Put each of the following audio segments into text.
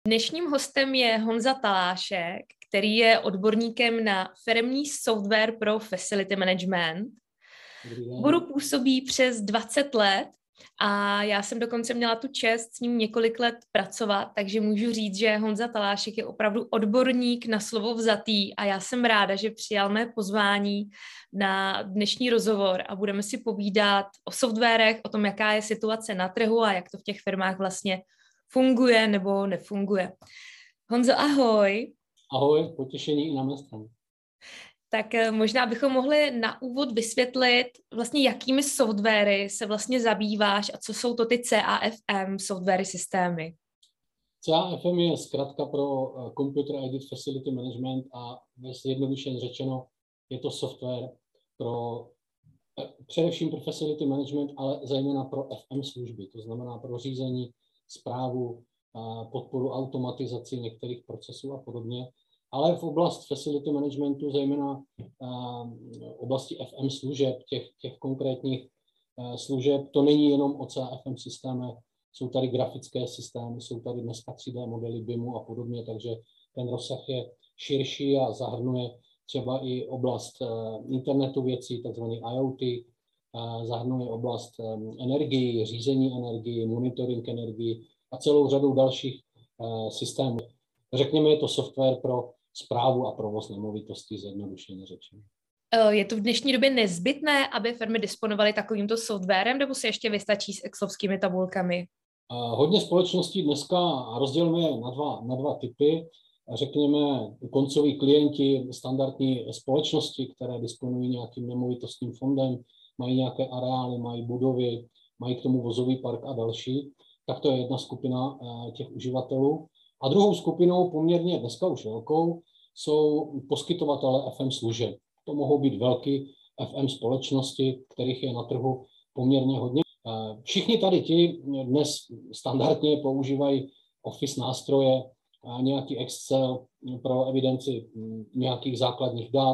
Dnešním hostem je Honza Talášek, který je odborníkem na firemní software pro facility management. Guru působí přes 20 let a já jsem dokonce měla tu čest s ním několik let pracovat, takže můžu říct, že Honza Talášek je opravdu odborník na slovo vzatý a já jsem ráda, že přijal mé pozvání na dnešní rozhovor a budeme si povídat o softwarech, o tom, jaká je situace na trhu a jak to v těch firmách vlastně funguje nebo nefunguje. Honzo, ahoj. Ahoj, potěšení i na mé straně. Tak možná bychom mohli na úvod vysvětlit vlastně, jakými softwary se vlastně zabýváš a co jsou to ty CAFM softwary systémy. CAFM je zkratka pro Computer Aided Facility Management a zjednodušeně řečeno je to software pro především pro facility management, ale zejména pro FM služby, to znamená pro řízení, správu, podporu automatizaci některých procesů a podobně. Ale v oblasti facility managementu, zejména oblasti FM služeb, těch konkrétních služeb, to není jenom o CAFM systémech, jsou tady grafické systémy, jsou tady dneska 3D modely BIMu a podobně, takže ten rozsah je širší a zahrnuje třeba i oblast internetu věcí, takzvaný IoT, zahrnuje oblast energii, řízení energii, monitoring energii a celou řadu dalších systémů. Řekněme, je to software pro správu a provoz nemovitostí, zjednodušeně řečeno. Je to v dnešní době nezbytné, aby firmy disponovaly takovýmto softwarem, nebo se ještě vystačí s excelovskými tabulkami? Hodně společností dneska rozdělíme na dva typy. Řekněme, koncoví klienti, standardní společnosti, které disponují nějakým nemovitostním fondem, mají nějaké areály, mají budovy, mají k tomu vozový park a další, tak to je jedna skupina těch uživatelů. A druhou skupinou, poměrně dneska už velkou, jsou poskytovatelé FM služeb. To mohou být velké FM společnosti, kterých je na trhu poměrně hodně. Všichni tady ti dnes standardně používají Office nástroje, nějaký Excel pro evidenci nějakých základních dat.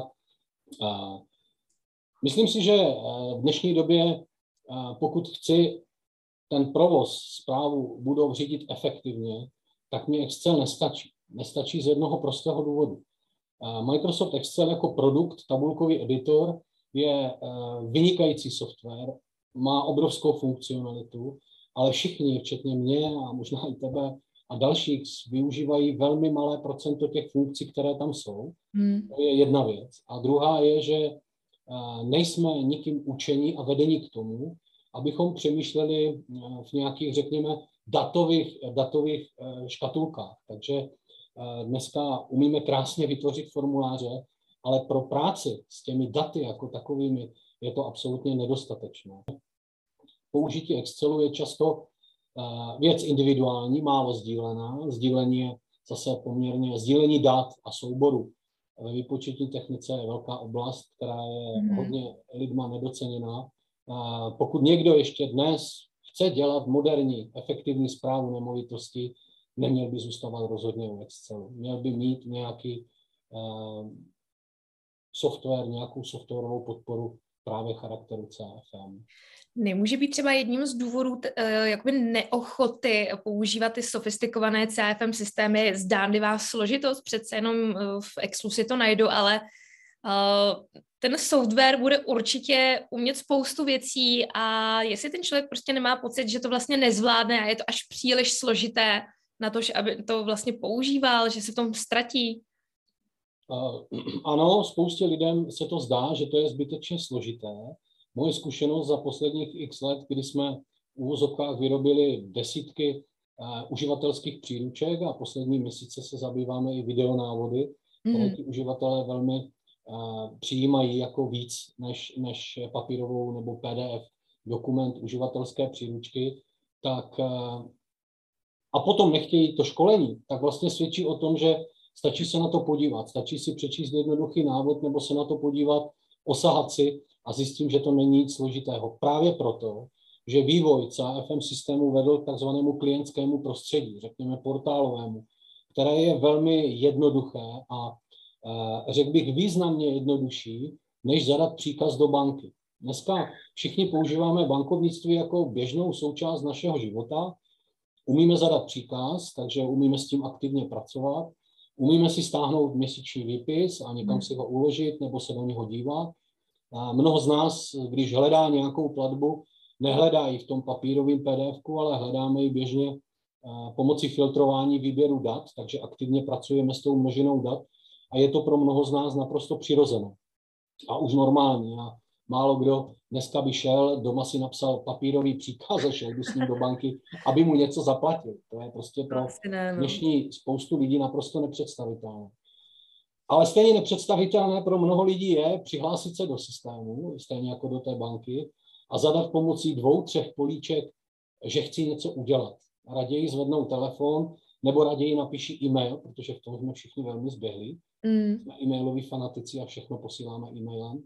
Myslím si, že v dnešní době, pokud chci ten provoz, správu budov řídit efektivně, tak mi Excel nestačí. Nestačí z jednoho prostého důvodu. Microsoft Excel jako produkt, tabulkový editor, je vynikající software, má obrovskou funkcionalitu, ale všichni, včetně mě a možná i tebe a dalších, využívají velmi malé procento těch funkcí, které tam jsou. To je jedna věc. A druhá je, že nejsme nikým učení a vedení k tomu, abychom přemýšleli v nějakých, řekněme, datových škatulkách. Takže dneska umíme krásně vytvořit formuláře, ale pro práci s těmi daty jako takovými je to absolutně nedostatečné. Použití Excelu je často věc individuální, málo sdílená. Sdílení je zase poměrně sdílení dat a souborů. Ve výpočetní technice je velká oblast, která je hodně lidma nedoceněná. Pokud někdo ještě dnes chce dělat moderní, efektivní správu nemovitostí, neměl by zůstávat rozhodně u Excelu. Měl by mít nějaký software, nějakou softwarovou podporu právě charakteru CAFM. Nemůže být třeba jedním z důvodů jakoby neochoty používat ty sofistikované CAFM systémy zdánlivá složitost, přece jenom v Excelu si to najdu, ale ten software bude určitě umět spoustu věcí a jestli ten člověk prostě nemá pocit, že to vlastně nezvládne a je to až příliš složité na to, aby to vlastně používal, že se v tom ztratí. Ano, spoustě lidem se to zdá, že to je zbytečně složité. Moje zkušenost za posledních x let, kdy jsme v uvozovkách vyrobili desítky uživatelských příruček a poslední měsíce se zabýváme i videonávody, které ti uživatelé velmi přijímají jako víc než papírovou nebo PDF dokument uživatelské příručky, tak a potom nechtějí to školení, tak vlastně svědčí o tom, že stačí se na to podívat, stačí si přečíst jednoduchý návod nebo se na to podívat, osahat si a zjistím, že to není nic složitého. Právě proto, že vývoj CAFM systému vedl k takzvanému klientskému prostředí, řekněme portálovému, které je velmi jednoduché a řekl bych významně jednodušší, než zadat příkaz do banky. Dneska všichni používáme bankovnictví jako běžnou součást našeho života Umíme zadat příkaz, takže umíme s tím aktivně pracovat. Umíme si stáhnout měsíční výpis a někam si ho uložit nebo se do něho dívat. A mnoho z nás, když hledá nějakou platbu, nehledá ji v tom papírovém PDF-ku, ale hledáme ji běžně pomocí filtrování výběru dat, takže aktivně pracujeme s tou množinou dat a je to pro mnoho z nás naprosto přirozené a už normální. A málo kdo dneska by šel, doma si napsal papírový příkaz a šel by s ním do banky, aby mu něco zaplatil. To je prostě pro dnešní spoustu lidí naprosto nepředstavitelné. Ale stejně nepředstavitelné pro mnoho lidí je přihlásit se do systému, stejně jako do té banky, a zadat pomocí 2, 3 políček, že chci něco udělat. Raději zvednou telefon, nebo raději napíší e-mail, protože v tom jsme všichni velmi zběhli. Jsme e-mailoví fanatici a všechno posíláme e-mailem.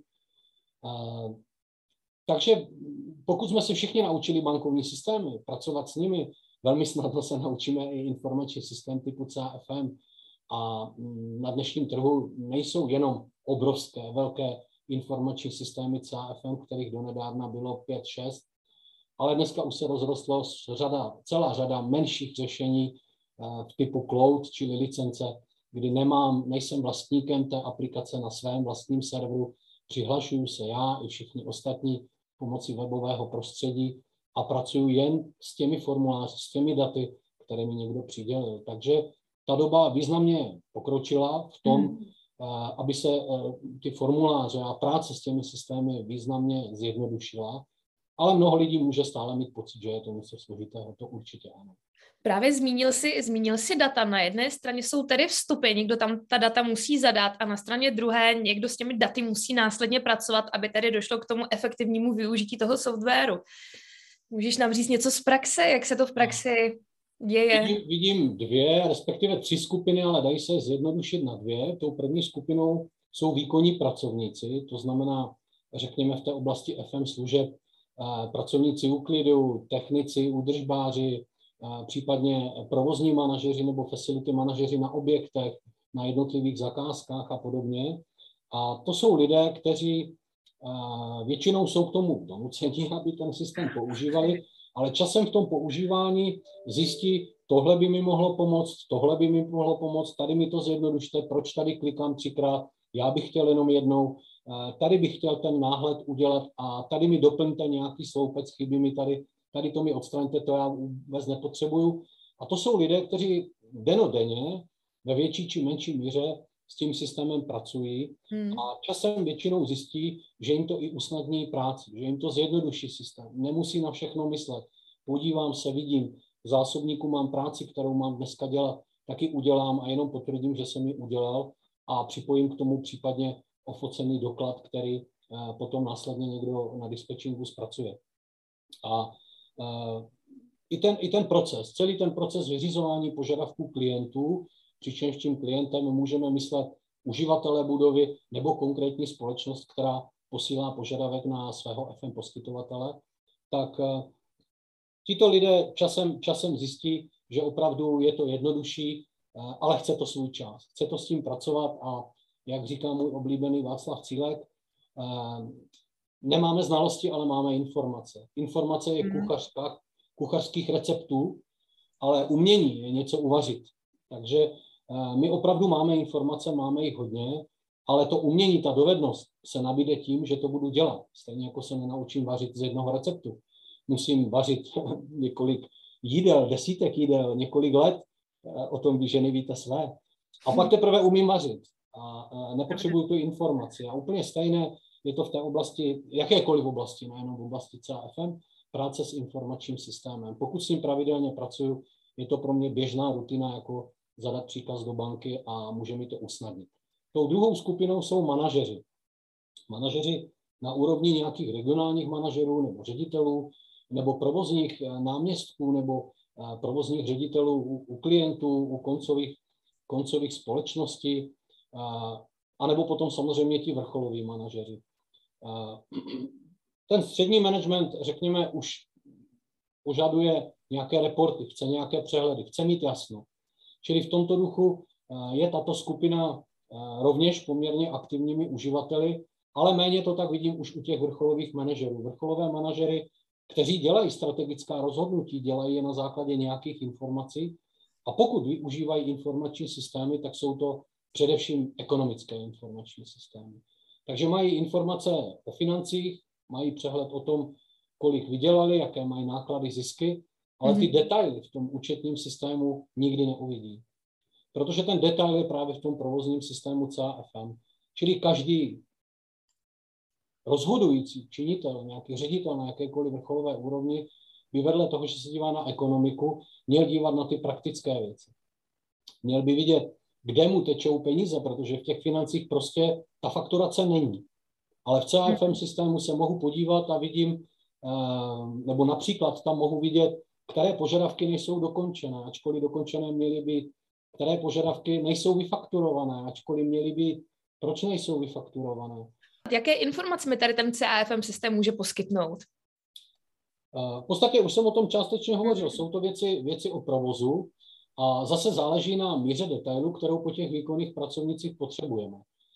Takže pokud jsme se všichni naučili bankovní systémy, pracovat s nimi, velmi snadno se naučíme i informační systém typu CFM. A na dnešním trhu nejsou jenom obrovské, velké informační systémy CFM, kterých donedávna bylo 5-6, ale dneska už se rozrostlo celá řada menších řešení typu cloud, čili licence, kdy nejsem vlastníkem té aplikace na svém vlastním serveru, přihlašuju se já i všichni ostatní pomocí webového prostředí a pracuju jen s těmi formuláři, s těmi daty, které mi někdo přidělil. Takže ta doba významně pokročila v tom, aby se ty formuláře a práce s těmi systémy významně zjednodušila, ale mnoho lidí může stále mít pocit, že je to něco složitého, to určitě ano. Právě zmínil si data. Na jedné straně jsou tedy vstupy, někdo tam ta data musí zadat a na straně druhé někdo s těmi daty musí následně pracovat, aby tedy došlo k tomu efektivnímu využití toho softwaru. Můžeš nám říct něco z praxe, jak se to v praxi děje? Vidím 2, respektive 3 skupiny, ale dají se zjednodušit na 2. Tou první skupinou jsou výkonní pracovníci, to znamená, řekněme, v té oblasti FM služeb, pracovníci úklidu, technici, údržbáři, případně provozní manažeři nebo facility manažeři na objektech, na jednotlivých zakázkách a podobně. A to jsou lidé, kteří většinou jsou k tomu donuceni, aby ten systém používali, ale časem v tom používání zjistí, tohle by mi mohlo pomoct, tady mi to zjednodušte, proč tady klikám 3krát, já bych chtěl jenom jednou, tady bych chtěl ten náhled udělat a tady mi doplňte nějaký sloupec, chybí mi tady to mi odstraňte, to já vůbec nepotřebuju. A to jsou lidé, kteří dennodenně ve větší či menší míře s tím systémem pracují a časem většinou zjistí, že jim to i usnadní práci, že jim to zjednoduší systém. Nemusí na všechno myslet. Podívám se, vidím, v zásobníku mám práci, kterou mám dneska dělat, taky udělám a jenom potvrdím, že jsem ji udělal a připojím k tomu případně ofocený doklad, který potom následně někdo na dispečingu zpracuje. A i ten proces, celý ten proces vyřizování požadavků klientů, přičemž tím klientem můžeme myslet uživatele budovy nebo konkrétní společnost, která posílá požadavek na svého FM poskytovatele, tak tito lidé časem zjistí, že opravdu je to jednodušší, ale chce to svůj čas. Chce to s tím pracovat a jak říká můj oblíbený Václav Cílek, nemáme znalosti, ale máme informace. Informace je kuchařských receptů, ale umění je něco uvařit. Takže my opravdu máme informace, máme jich hodně, ale to umění, ta dovednost se nabíde tím, že to budu dělat. Stejně jako se nenaučím vařit z jednoho receptu. Musím vařit několik jídel, desítek jídel, několik let, o tom vy ženy víte své. A pak teprve umím vařit a nepotřebuju tu informaci. A úplně stejné je to v té oblasti, jakékoliv oblasti, nejenom v oblasti CFM, práce s informačním systémem. Pokud s ním pravidelně pracuju, je to pro mě běžná rutina, jako zadat příkaz do banky a může mi to usnadnit. Tou druhou skupinou jsou manažeři. Manažeři na úrovni nějakých regionálních manažerů nebo ředitelů, nebo provozních náměstků, nebo provozních ředitelů u klientů, u koncových společností, anebo potom samozřejmě ti vrcholoví manažeři. Ten střední management, řekněme, už požaduje nějaké reporty, chce nějaké přehledy, chce mít jasno. Čili v tomto duchu je tato skupina rovněž poměrně aktivními uživateli, ale méně to tak vidím už u těch vrcholových manažerů. Vrcholové manažery kteří dělají strategická rozhodnutí, dělají je na základě nějakých informací. A pokud využívají informační systémy, tak jsou to především ekonomické informační systémy. Takže mají informace o financích, mají přehled o tom, kolik vydělali, jaké mají náklady, zisky, ale ty detaily v tom účetním systému nikdy neuvidí. Protože ten detail je právě v tom provozním systému CAFM. Čili každý rozhodující činitel, nějaký ředitel na jakékoliv vrcholové úrovni by vedle toho, že se dívá na ekonomiku, měl dívat na ty praktické věci. Měl by vidět, kde mu tečou peníze, protože v těch financích prostě ta fakturace není. Ale v CAFM systému se mohu podívat a vidím, nebo například tam mohu vidět, které požadavky nejsou dokončené, ačkoliv dokončené měly být, které požadavky nejsou vyfakturované, ačkoliv měly být, proč nejsou vyfakturované. Jaké informace mi tady ten CAFM systém může poskytnout? V podstatě už jsem o tom částečně hovořil. Jsou to věci o provozu a zase záleží na míře detailu, kterou po těch výkonných pracovnicích potřebujeme.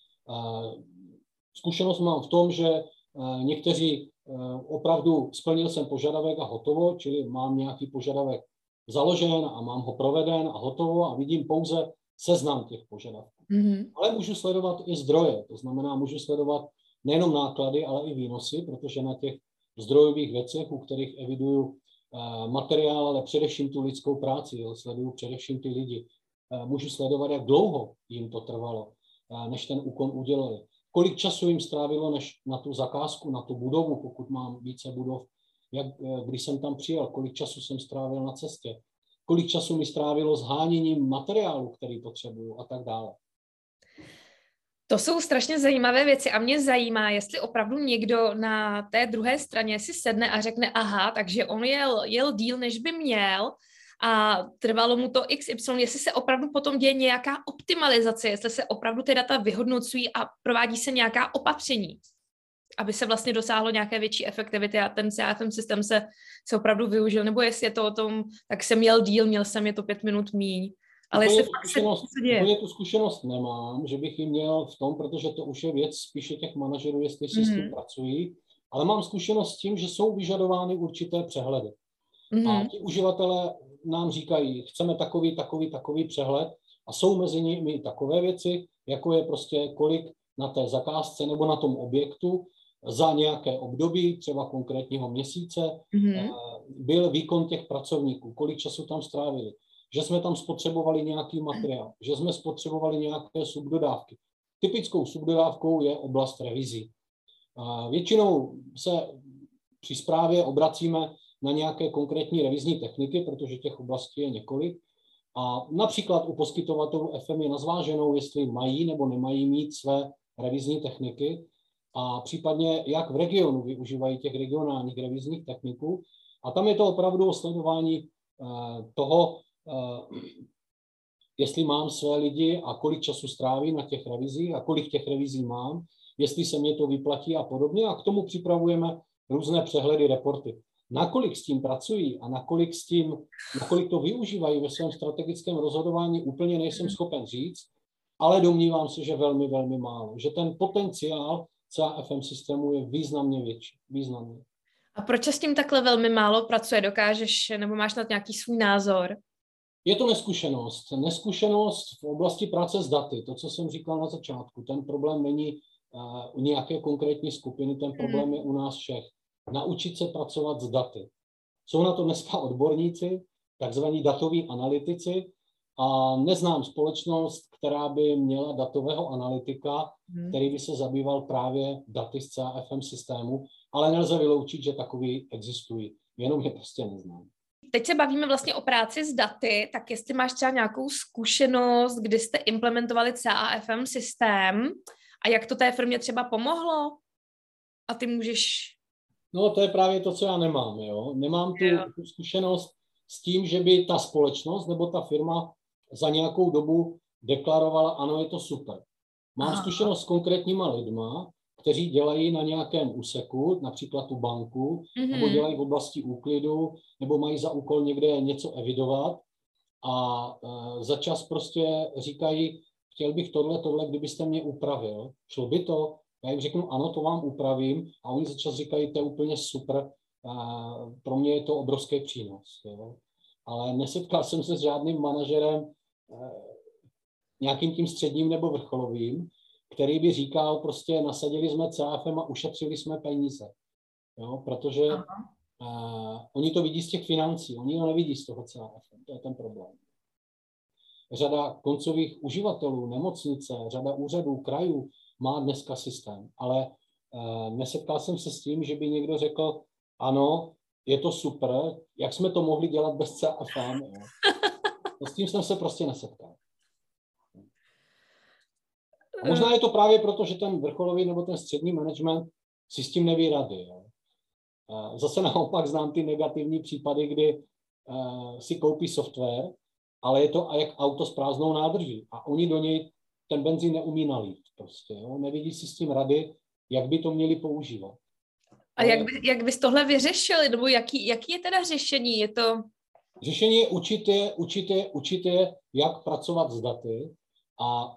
Zkušenost mám v tom, že někteří opravdu splnil jsem požadavek a hotovo, čili mám nějaký požadavek založen a mám ho proveden a hotovo a vidím pouze seznam těch požadavků. Ale můžu sledovat i zdroje, to znamená, můžu sledovat nejenom náklady, ale i výnosy, protože na těch zdrojových věcech, u kterých eviduju materiál, ale především tu lidskou práci, sleduju především ty lidi. Můžu sledovat, jak dlouho jim to trvalo, než ten úkon udělali. Kolik času jim strávilo než na tu zakázku, na tu budovu, pokud mám více budov, když jsem tam přijel, kolik času jsem strávil na cestě, kolik času mi strávilo sháněním materiálu, který potřebuju a tak dále. To jsou strašně zajímavé věci a mě zajímá, jestli opravdu někdo na té druhé straně si sedne a řekne, aha, takže on jel díl, než by měl a trvalo mu to XY, jestli se opravdu potom děje nějaká optimalizace, jestli se opravdu ty data vyhodnocují a provádí se nějaká opatření, aby se vlastně dosáhlo nějaké větší efektivity a ten CAFM systém se opravdu využil, nebo jestli je to o tom, tak jsem měl díl, měl jsem je to 5 minut míň. Ale úplně tu zkušenost nemám, že bych ji měl v tom, protože to už je věc spíše těch manažerů, jestli si s tím pracují, ale mám zkušenost s tím, že jsou vyžadovány určité přehledy. A ti uživatelé nám říkají, chceme takový přehled a jsou mezi nimi takové věci, jako je prostě kolik na té zakázce nebo na tom objektu za nějaké období, třeba konkrétního měsíce, byl výkon těch pracovníků, kolik času tam strávili, že jsme tam spotřebovali nějaký materiál, že jsme spotřebovali nějaké subdodávky. Typickou subdodávkou je oblast revizí. Většinou se při správě obracíme na nějaké konkrétní revizní techniky, protože těch oblastí je několik. A například u poskytovatelů FM je nazváženou, jestli mají nebo nemají mít své revizní techniky a případně jak v regionu využívají těch regionálních revizních techniků. A tam je to opravdu o sledování toho, jestli mám své lidi a kolik času stráví na těch revizích a kolik těch revizí mám, jestli se mě to vyplatí a podobně. A k tomu připravujeme různé přehledy, reporty. Nakolik s tím pracují a nakolik to využívají ve svém strategickém rozhodování, úplně nejsem schopen říct, ale domnívám se, že velmi, velmi málo. Že ten potenciál CAFM systému je významně větší. Významně. A proč s tím takhle velmi málo pracuje? Dokážeš, nebo máš na to nějaký svůj názor? Je to neskušenost. Neskušenost v oblasti práce s daty. To, co jsem říkal na začátku. Ten problém není u nějaké konkrétní skupiny, ten problém je u nás všech. Naučit se pracovat s daty. Jsou na to dneska odborníci, takzvaní datoví analytici, a neznám společnost, která by měla datového analytika, který by se zabýval právě daty z CAFM systému, ale nelze vyloučit, že takový existují. Jenom je prostě neznám. Teď se bavíme vlastně o práci s daty, tak jestli máš třeba nějakou zkušenost, kdy jste implementovali CAFM systém a jak to té firmě třeba pomohlo? A ty můžeš... No, to je právě to, co já nemám. Jo? Nemám tu zkušenost s tím, že by ta společnost nebo ta firma za nějakou dobu deklarovala, ano, je to super. Mám zkušenost s konkrétníma lidma, kteří dělají na nějakém úseku, například tu banku, nebo dělají v oblasti úklidu, nebo mají za úkol někde něco evidovat a za čas prostě říkají, chtěl bych tohle, kdybyste mě upravil, šlo by to? Já jim řeknu, ano, to vám upravím a oni za čas říkají, to je úplně super, pro mě je to obrovský přínos. Jo. Ale nesetkal jsem se s žádným manažerem, nějakým tím středním nebo vrcholovým, který by říkal, prostě nasadili jsme CAFM a ušetřili jsme peníze. Jo, protože oni to vidí z těch financí, oni to nevidí z toho CAFM, to je ten problém. Řada koncových uživatelů, nemocnice, řada úřadů, krajů má dneska systém, ale nesetkal jsem se s tím, že by někdo řekl, ano, je to super, jak jsme to mohli dělat bez CAFM. Jo. S tím jsem se prostě nesetkal. A možná je to právě proto, že ten vrcholový nebo ten střední management si s tím neví rady. Jo. Zase naopak znám ty negativní případy, kdy si koupí software, ale je to jak auto s prázdnou nádrží a oni do něj ten benzín neumí nalít. Prostě, jo. Nevidí si s tím rady, jak by to měli používat. A jak bys tohle vyřešili? Nebo jaký je teda řešení? Je to... Řešení je učit je, jak pracovat s daty a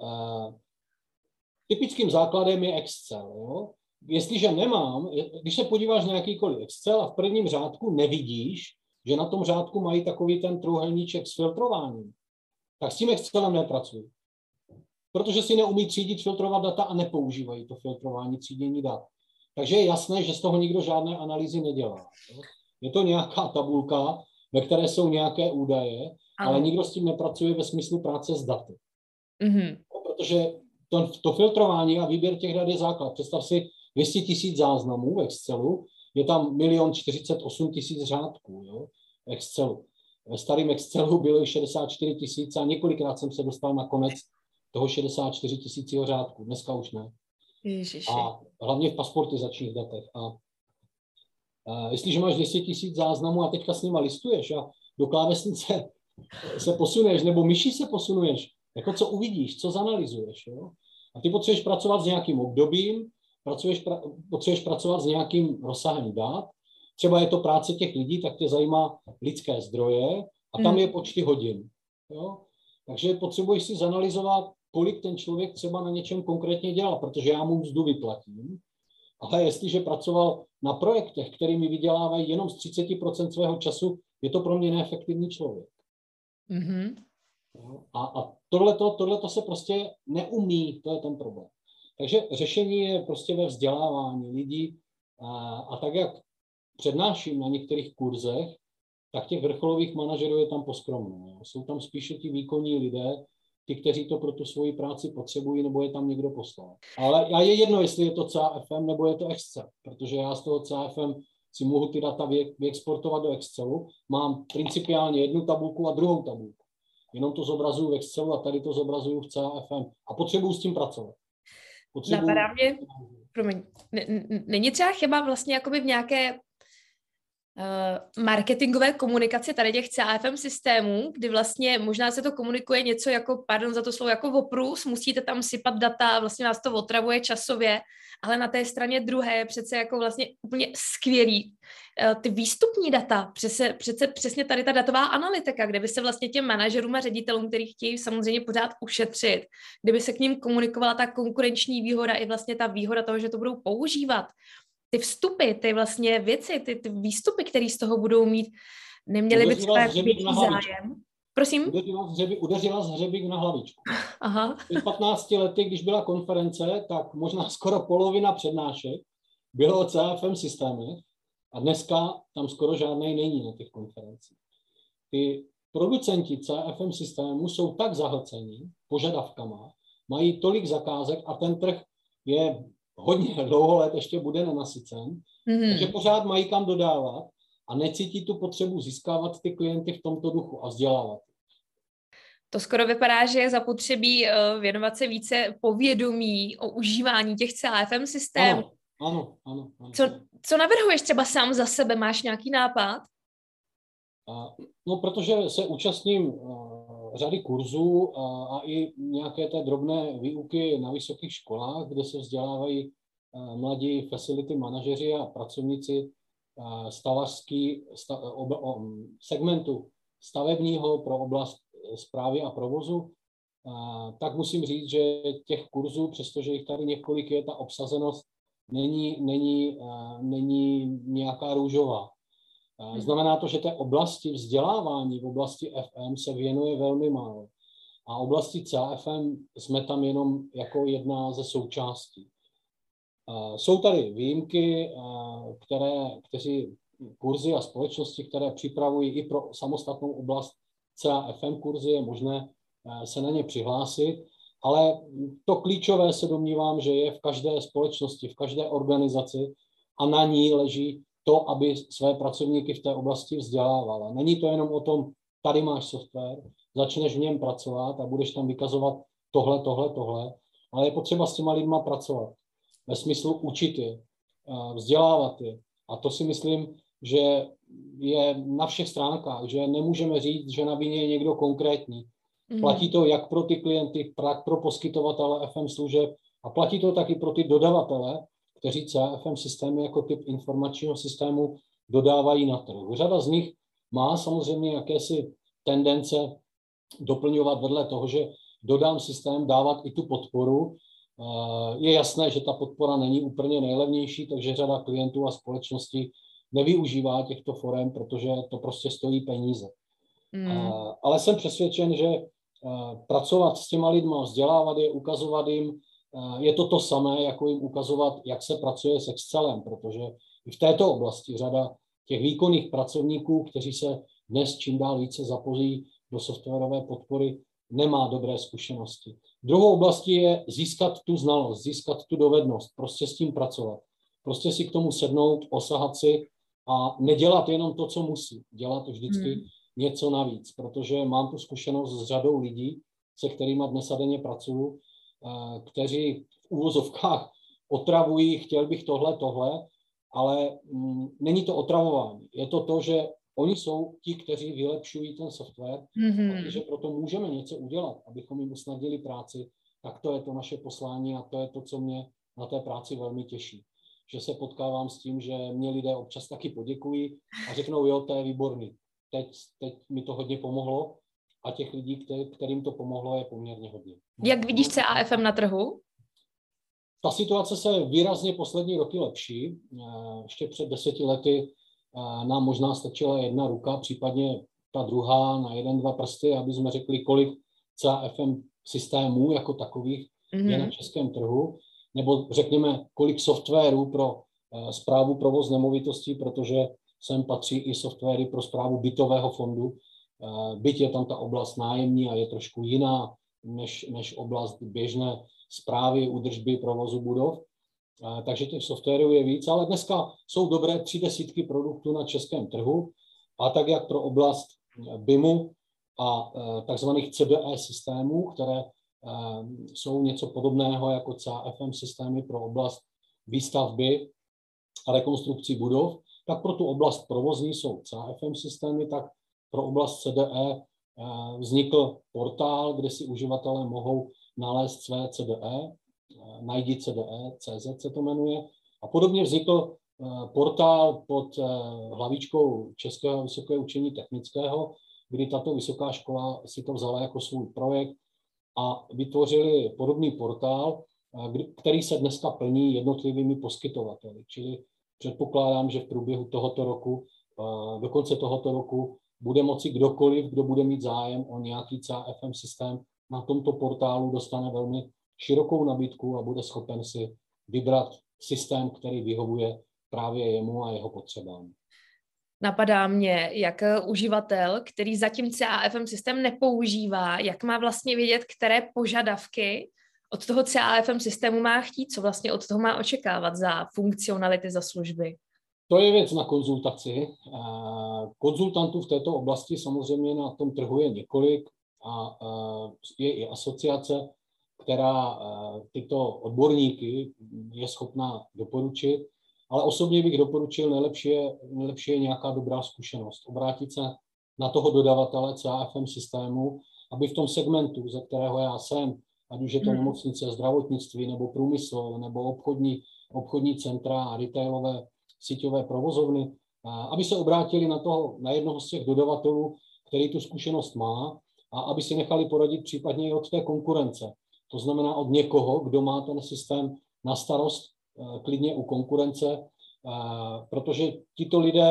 typickým základem je Excel. Jo? Jestliže když se podíváš na jakýkoliv Excel a v prvním řádku nevidíš, že na tom řádku mají takový ten trojúhelníček s filtrováním, tak s tím Excelem nepracují. Protože si neumí třídit, filtrovat data a nepoužívají to filtrování, třídění dat. Takže je jasné, že z toho nikdo žádné analýzy nedělá. Je to nějaká tabulka, ve které jsou nějaké údaje, ale nikdo s tím nepracuje ve smyslu práce s daty. Mm-hmm. Protože to filtrování a výběr těch dat je základ. Představ si 200 000 záznamů v Excelu, je tam 1 048 000 řádků, jo, Excelu. Ve starém Excelu bylo 64 000 a několikrát jsem se dostal na konec toho 64 000 řádku. Dneska už ne. Ježiši. A hlavně v pasportizačních datech. A jestliže máš 200 000 záznamů a teďka s nima listuješ a do klávesnice se posuneš, nebo myší se posunuješ, jako co uvidíš, co zanalyzuješ. Jo? A ty potřebuješ pracovat s nějakým obdobím, potřebuješ pracovat s nějakým rozsahem dat, třeba je to práce těch lidí, tak tě zajímá lidské zdroje a tam je počty hodin. Jo? Takže potřebuješ si zanalyzovat, kolik ten člověk třeba na něčem konkrétně dělá, protože já mu mzdu vyplatím, ale jestliže pracoval na projektech, kterými vydělávají jenom z 30% svého času, je to pro mě neefektivní člověk. Mm-hmm. A tohleto se prostě neumí, to je ten problém. Takže řešení je prostě ve vzdělávání lidí a tak, jak přednáším na některých kurzech, tak těch vrcholových manažerů je tam poskromno. Jsou tam spíše ti výkonní lidé, ti, kteří to pro tu svoji práci potřebují, nebo je tam někdo poslal. Ale je jedno, jestli je to CAFM, nebo je to Excel, protože já z toho CAFM si mohu ty data vyexportovat do Excelu, mám principiálně jednu tabulku a druhou tabulku. Jenom to zobrazuju v Excelu a tady to zobrazuju v CAFM a potřebuju s tím pracovat. Napadá mě, promiň, není třeba chyba vlastně jakoby v nějaké marketingové komunikaci tady těch CAFM systémů, kdy vlastně možná se to komunikuje něco jako, pardon za to slovo, jako oprus, musíte tam sypat data, vlastně vás to otravuje časově, ale na té straně druhé je přece jako vlastně úplně skvělý. Ty výstupní data, přesně tady ta datová analytika, kde by se vlastně těm manažerům a ředitelům, kteří chtějí samozřejmě pořád ušetřit, kdyby se k ním komunikovala ta konkurenční výhoda i vlastně ta výhoda toho, že to budou používat. Ty vstupy, ty vlastně věci, ty výstupy, které z toho budou mít, neměly by třeba větší zájem. Prosím? Udeřila z hřebík na hlavičku. Aha. V 15 lety, když byla konference, tak možná skoro polovina přednášek bylo o CAFM systémech a dneska tam skoro žádnej není na těch konferencích. Ty producenti CAFM systémů jsou tak zahlcení požadavkama, mají tolik zakázek a ten trh je hodně dlouho let ještě bude nenasycen, takže pořád mají kam dodávat a necítí tu potřebu získávat ty klienty v tomto duchu a vzdělávat. To skoro vypadá, že je zapotřebí věnovat se více povědomí o užívání těch CAFM systémů. Ano. Co navrhuješ třeba sám za sebe? Máš nějaký nápad? No, protože se účastním řady kurzů a i nějaké té drobné výuky na vysokých školách, kde se vzdělávají mladí facility manažeři a pracovníci segmentu stavebního pro oblast správy a provozu, tak musím říct, že těch kurzů, přestože jich tady několik je, ta obsazenost není nějaká růžová. Znamená to, že té oblasti vzdělávání v oblasti FM se věnuje velmi málo. A oblasti CAFM jsme tam jenom jako jedna ze součástí. Jsou tady výjimky, kteří kurzy a společnosti, které připravují i pro samostatnou oblast CAFM kurzy, je možné se na ně přihlásit, ale to klíčové se domnívám, že je v každé společnosti, v každé organizaci a na ní leží to, aby své pracovníky v té oblasti vzdělávala. Není to jenom o tom, tady máš software, začneš v něm pracovat a budeš tam vykazovat tohle, ale je potřeba s těma lidma pracovat. Ve smyslu učit je, vzdělávat je. A to si myslím, že je na všech stránkách, že nemůžeme říct, že na vině je někdo konkrétní. Platí to jak pro ty klienty, tak pro poskytovatele FM služeb a platí to taky pro ty dodavatele, kteří CAFM systémy jako typ informačního systému dodávají na trh. Řada z nich má samozřejmě jakési tendence doplňovat vedle toho, že dodám systém, dávat i tu podporu. Je jasné, že ta podpora není úplně nejlevnější, takže řada klientů a společností nevyužívá těchto forem, protože to prostě stojí peníze. Ale jsem přesvědčen, že pracovat s těma lidma, vzdělávat je, ukazovat jim, je to samé, jako jim ukazovat, jak se pracuje s Excelem, protože i v této oblasti řada těch výkonných pracovníků, kteří se dnes čím dál více zapojí do softwarové podpory, nemá dobré zkušenosti. Druhou oblastí je získat tu znalost, získat tu dovednost, prostě s tím pracovat. Prostě si k tomu sednout, osahat si a nedělat jenom to, co musí. Dělat vždycky něco navíc, protože mám tu zkušenost s řadou lidí, se kterými dnes a denně pracuju, kteří v úvozovkách otravují, chtěl bych tohle, ale není to otravování. Je to, že oni jsou ti, kteří vylepšují ten software, protože proto můžeme něco udělat, abychom jim usnadnili práci, tak to je to naše poslání a to je to, co mě na té práci velmi těší. Že se potkávám s tím, že mě lidé občas taky poděkují a řeknou, jo, to je výborný. Teď mi to hodně pomohlo a těch lidí, kterým to pomohlo, je poměrně hodně. Jak vidíš CAFM na trhu? Ta situace se výrazně poslední roky lepší. Ještě před 10 lety nám možná stačila jedna ruka, případně ta druhá na 1-2 prsty, aby jsme řekli, kolik CAFM systémů jako takových je na českém trhu, nebo řekněme, kolik softwarů pro správu provoz nemovitostí, protože sem patří i softwary pro správu bytového fondu. Byť je tam ta oblast nájemní a je trošku jiná než oblast běžné správy, údržby, provozu budov. Takže těch softwarů je víc, ale dneska jsou dobré 30 produktů na českém trhu a tak jak pro oblast BIMu a takzvaných CDE systémů, které jsou něco podobného jako CAFM systémy pro oblast výstavby a rekonstrukcí budov, tak pro tu oblast provozní jsou CAFM systémy, tak pro oblast CDE vznikl portál, kde si uživatelé mohou nalézt své CDE, najdi CDE.cz se to jmenuje. A podobně vznikl portál pod hlavičkou Českého vysokého učení technického, kdy tato vysoká škola si to vzala jako svůj projekt a vytvořili podobný portál, který se dneska plní jednotlivými poskytovateli. Čili předpokládám, že v průběhu tohoto roku, do konce tohoto roku, bude moci kdokoliv, kdo bude mít zájem o nějaký CAFM systém, na tomto portálu dostane velmi širokou nabídku a bude schopen si vybrat systém, který vyhovuje právě jemu a jeho potřebám. Napadá mě, jak uživatel, který zatím CAFM systém nepoužívá, jak má vlastně vědět, které požadavky od toho CAFM systému má chtít, co vlastně od toho má očekávat za funkcionality, za služby. To je věc na konzultaci. Konzultantů v této oblasti samozřejmě na tom trhu je několik a je i asociace, která tyto odborníky je schopná doporučit, ale osobně bych doporučil, nejlepší je nějaká dobrá zkušenost. Obrátit se na toho dodavatele CAFM systému, aby v tom segmentu, ze kterého já jsem, ať už je to nemocnice, zdravotnictví, nebo průmysl, nebo obchodní centra a retailové síťové provozovny, aby se obrátili na jednoho z těch dodavatelů, který tu zkušenost má, a aby si nechali poradit případně i od té konkurence. To znamená od někoho, kdo má ten systém na starost, klidně u konkurence, protože tito lidé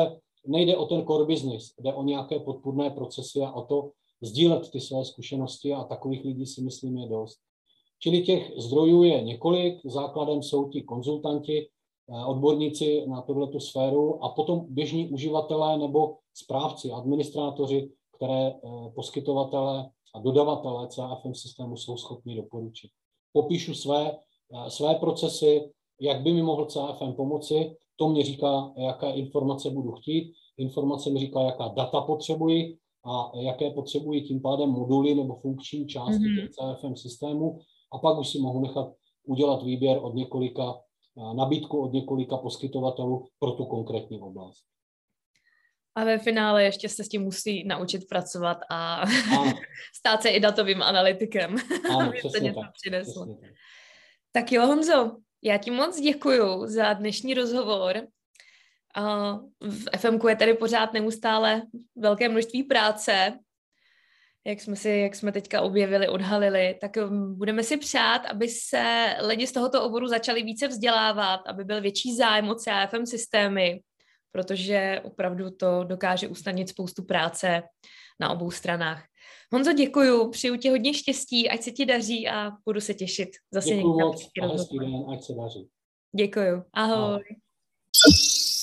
nejde o ten core business, jde o nějaké podpůrné procesy a o to sdílet ty své zkušenosti a takových lidí si myslím je dost. Čili těch zdrojů je několik, základem jsou ti konzultanti, odborníci na tuhletu sféru a potom běžní uživatelé nebo správci, administrátoři, které poskytovatelé a dodavatelé CAFM systému jsou schopni doporučit. Popíšu své procesy, jak by mi mohl CAFM pomoci, to mě říká, jaké informace budu chtít, informace mi říká, jaká data potřebuji a jaké potřebuji tím pádem moduly nebo funkční části těch CAFM systému a pak už si mohu nechat udělat výběr od několika, nabídku od několika poskytovatelů pro tu konkrétní oblast. A ve finále ještě se s tím musí naučit pracovat a stát se i datovým analytikem, aby se něco přineslo. Tak jo, Honzo, já ti moc děkuju za dnešní rozhovor. V FMku je tady pořád neustále velké množství práce, jak jsme teďka objevili, odhalili, tak budeme si přát, aby se lidi z tohoto oboru začali více vzdělávat, aby byl větší zájem o CAFM systémy, protože opravdu to dokáže usnadnit spoustu práce na obou stranách. Honzo, děkuju, přeju ti hodně štěstí, ať se ti daří a budu se těšit zase někdy. Děkuju moc a hezký den, ať se daří. Děkuju, ahoj.